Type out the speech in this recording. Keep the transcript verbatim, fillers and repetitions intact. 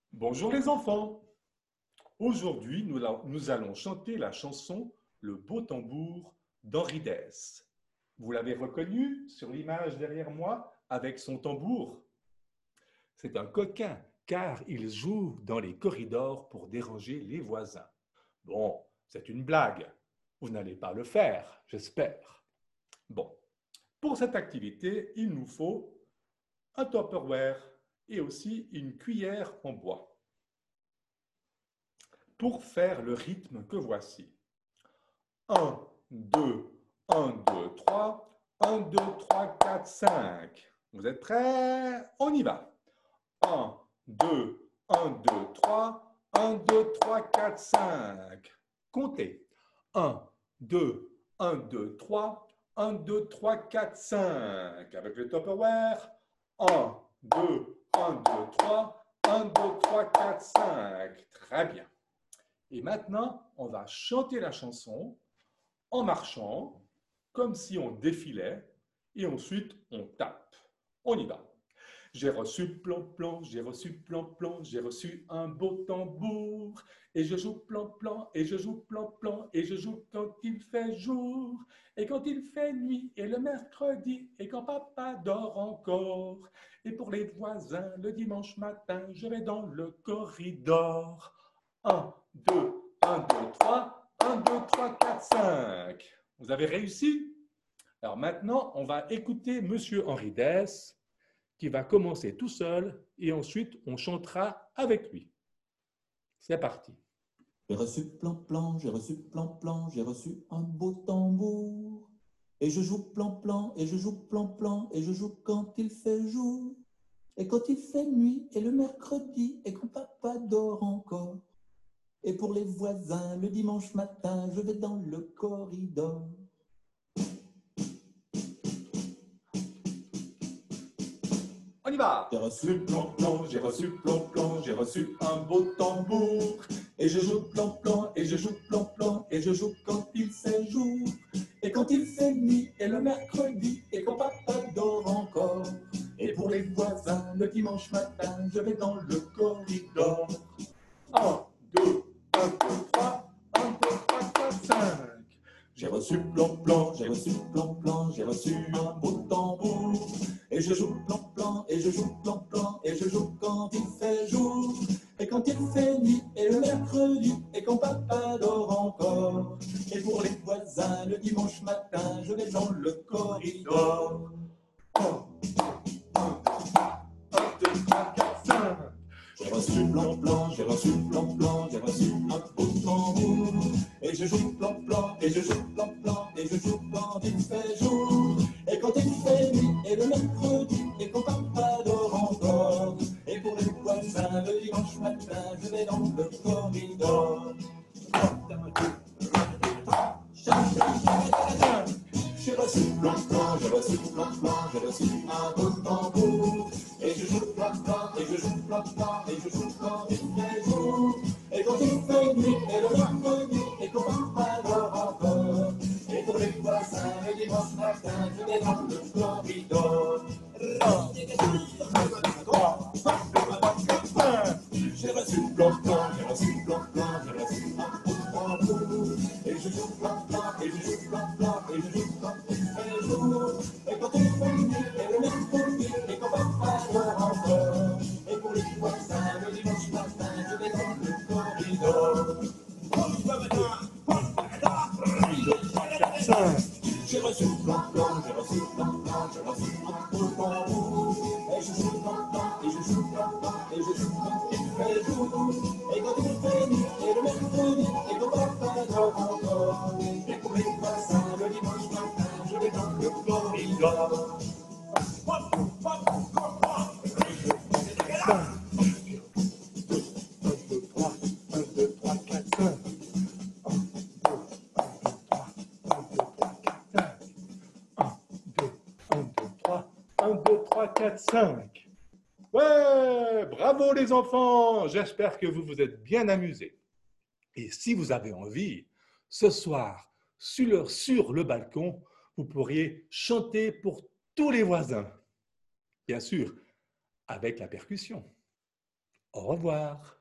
Bonjour les enfants. Aujourd'hui, nous, nous allons chanter la chanson Le beau tambour d'Henri Dess. Vous l'avez reconnu sur l'image derrière moi avec son tambour? C'est un coquin car il joue dans les corridors pour déranger les voisins. Bon, c'est une blague. Vous n'allez pas le faire, j'espère. Bon, pour cette activité, il nous faut un Tupperware et aussi une cuillère en bois. Pour faire le rythme que voici. un, deux, un, deux, trois, un, deux, trois, quatre, cinq. Vous êtes prêts? On y va. un, deux, un, deux, trois, un, deux, trois, quatre, cinq. Comptez. un, deux, un, deux, trois, un, deux, trois, quatre, cinq. Avec le Tupperware. un, deux, un, deux, trois, un, deux, trois, quatre, cinq. Très bien. Et maintenant, on va chanter la chanson en marchant, comme si on défilait, et ensuite on tape. On y va. J'ai reçu plan-plan, j'ai reçu plan-plan, j'ai reçu un beau tambour, et je joue plan-plan, et je joue plan-plan, et je joue quand il fait jour, et quand il fait nuit, et le mercredi, et quand papa dort encore. Et pour les voisins, le dimanche matin, je vais dans le corridor. un, deux, un, deux, trois, un, deux, trois, quatre, cinq. Vous avez réussi? Alors maintenant, on va écouter Monsieur Henri Dess qui va commencer tout seul et ensuite on chantera avec lui. C'est parti. J'ai reçu plan-plan, j'ai reçu plan-plan, j'ai reçu un beau tambour. Et je joue plan-plan, et je joue plan-plan, et je joue quand il fait jour. Et quand il fait nuit, et le mercredi, et quand papa dort encore. Et pour les voisins, le dimanche matin, je vais dans le corridor. On y va. J'ai reçu plan-plan, j'ai reçu plan-plan, j'ai reçu un beau tambour. Et je joue plan-plan, et je joue plan-plan, et je joue quand il fait jour. Et quand il fait nuit, et le mercredi, et quand papa dort encore. Et pour les voisins, le dimanche matin, je vais dans le corridor. un, deux, un, deux, trois, un, deux, trois, quatre, cinq. J'ai reçu plan-plan, j'ai reçu plan-plan, j'ai reçu un beau tambour. Et je joue plan-plan, et je joue plan-plan, et je joue quand il fait jour. Et quand il fait nuit, et le mercredi, et quand papa dort encore. Et pour les voisins, le dimanche matin, je vais dans le corridor. un, deux, trois, quatre, cinq. J'ai reçu plan-plan, j'ai reçu plan-plan, j'ai reçu un beau tambour. Et je joue plan-plan, et je joue plan-plan, et je joue quand il fait jour. Et quand il fait nuit, et le mercredi, et quand papa dort encore. Et pour les voisins, le dimanche matin, je vais dans le corridor. J'ai reçu plan-plan, j'ai reçu plan-plan, j'ai reçu un beau tambour. Et je joue plan-plan, et je joue plan-plan, et je joue quand il fait jour. Et quand il fait nuit, et le mercredi, et quand papa dort encore. Et pour les voisins, le dimanche matin, je vais dans le corridor. J'ai reçu plan-plan, j'ai reçu plan-plan, j'ai reçu un beau tambour. Et je joue plan-plan, et je joue plan-plan, et je joue quand il fait jour. Et quand il fait nuit, et le mercredi, et quand papa dort encore. Et pour les voisins, le dimanche matin, je vais dans le corridor. J'ai reçu plan-plan, j'ai reçu plan-plan, j'ai reçu un beau tambour. Et je joue plan-plan, et je joue plan-plan, et je joue quand il fait jour. Et quand il fait nuit, et le mercredi, et quand papa dort encore. Et pour les voisins, le dimanche matin, je vais dans le corridor. un, deux, trois, quatre, cinq. Ouais, bravo les enfants. J'espère que vous vous êtes bien amusés. Et si vous avez envie, ce soir, sur le, sur le balcon, vous pourriez chanter pour tous les voisins. Bien sûr, avec la percussion. Au revoir.